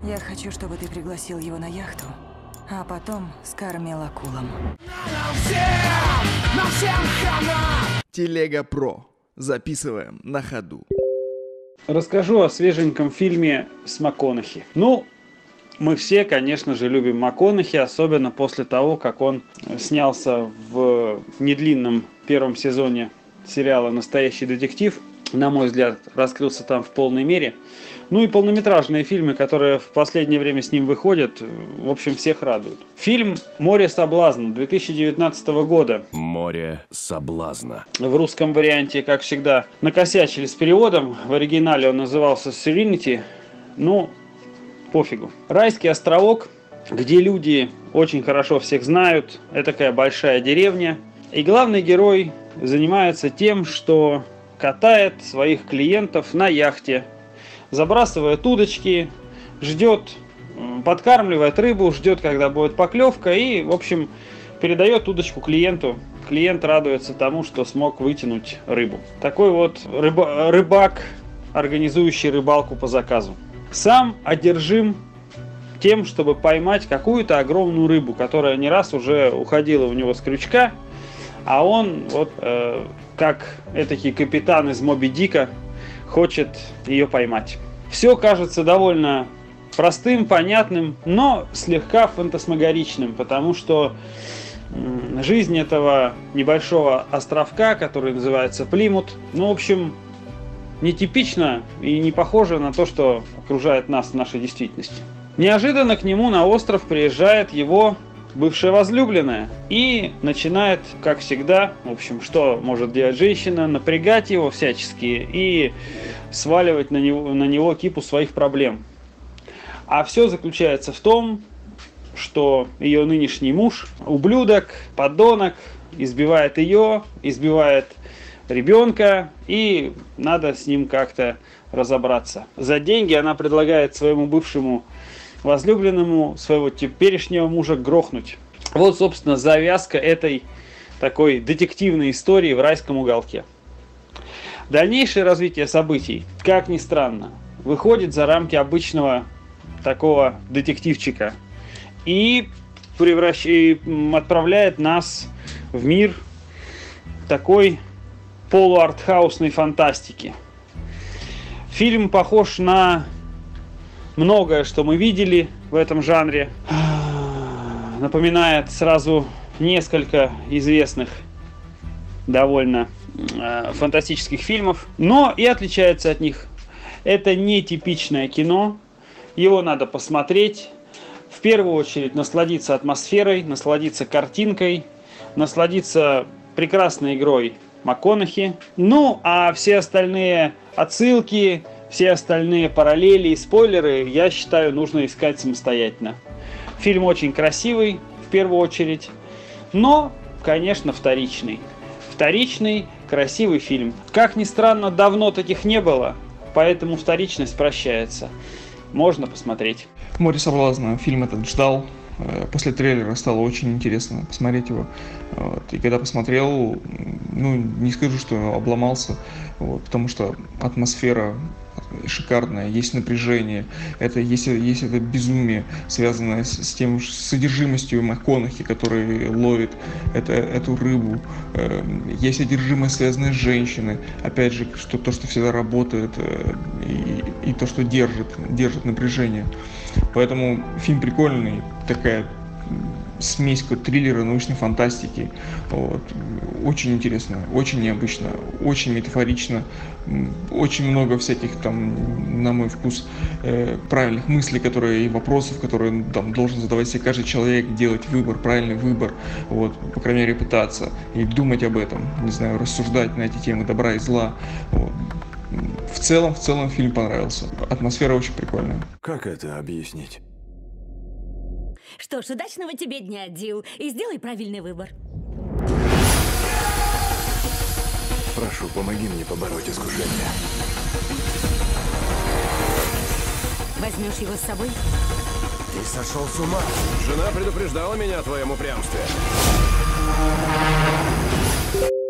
Я хочу, чтобы ты пригласил его на яхту, а потом скормил акулам. Телега Про. Записываем на ходу. Расскажу о свеженьком фильме с МакКонахи. Мы все, конечно же, любим МакКонахи, особенно после того, как он снялся в недлинном первом сезоне сериала «Настоящий детектив». На мой взгляд, раскрылся там в полной мере. И полнометражные фильмы, которые в последнее время с ним выходят, в общем, всех радуют. Фильм «Море соблазна» 2019 года. «Море соблазна». В русском варианте, как всегда, накосячили с переводом. В оригинале он назывался «Serenity». Пофигу. Райский островок, где люди очень хорошо всех знают. Это такая большая деревня. И главный герой занимается тем, что катает своих клиентов на яхте, забрасывает удочки, ждет, подкармливает рыбу, ждет, когда будет поклевка, и, в общем, передает удочку клиенту. Клиент радуется тому, что смог вытянуть рыбу. Такой вот рыбак, организующий рыбалку по заказу. Сам одержим тем, чтобы поймать какую-то огромную рыбу, которая не раз уже уходила у него с крючка, а он, как этакий капитан из Моби Дика, хочет ее поймать. Все кажется довольно простым, понятным, но слегка фантасмагоричным, потому что жизнь этого небольшого островка, который называется Плимут, в общем, нетипично и не похоже на то, что окружает нас в нашей действительности. Неожиданно к нему на остров приезжает его бывшая возлюбленная и начинает, как всегда, в общем, что может делать женщина, напрягать его всячески и сваливать на него кипу своих проблем. А все заключается в том, что ее нынешний муж, ублюдок, подонок, избивает ее, избивает ребенка, и надо с ним как-то разобраться. За деньги она предлагает своему бывшему возлюбленному своего теперешнего мужа грохнуть. Вот, собственно, завязка этой такой детективной истории в райском уголке. Дальнейшее развитие событий, как ни странно, выходит за рамки обычного такого детективчика и отправляет нас в мир такой полуартхаусной фантастики. Фильм похож на многое, что мы видели в этом жанре. Напоминает сразу несколько известных довольно фантастических фильмов, но и отличается от них. Это не типичное кино, его надо посмотреть, в первую очередь насладиться атмосферой, насладиться картинкой, насладиться прекрасной игрой МакКонахи. А все остальные отсылки, все остальные параллели и спойлеры, я считаю, нужно искать самостоятельно. Фильм очень красивый, в первую очередь, но, конечно, вторичный. Вторичный, красивый фильм. Как ни странно, давно таких не было, поэтому вторичность прощается. Можно посмотреть. «Море соблазна». Фильм этот ждал. После трейлера стало очень интересно посмотреть его. И когда посмотрел, не скажу, что обломался, потому что атмосфера шикарная, есть напряжение, есть это безумие, связанное с тем содержимостью МакКонахи, который ловит эту рыбу, есть одержимость, связанная с женщиной, опять же, что всегда работает, и то, что держит напряжение. Поэтому фильм прикольный, такая смесь триллера, научной фантастики. Очень интересно, очень необычно, очень метафорично, очень много всяких на мой вкус, правильных мыслей, и вопросов, которые должен задавать себе каждый человек, делать выбор, правильный выбор, по крайней мере пытаться и думать об этом, рассуждать на эти темы добра и зла. В целом фильм понравился. Атмосфера очень прикольная. Как это объяснить? Что ж, удачного тебе дня, Дил, и сделай правильный выбор. Прошу, помоги мне побороть искушение. Возьмешь его с собой? Ты сошел с ума. Жена предупреждала меня о твоем упрямстве.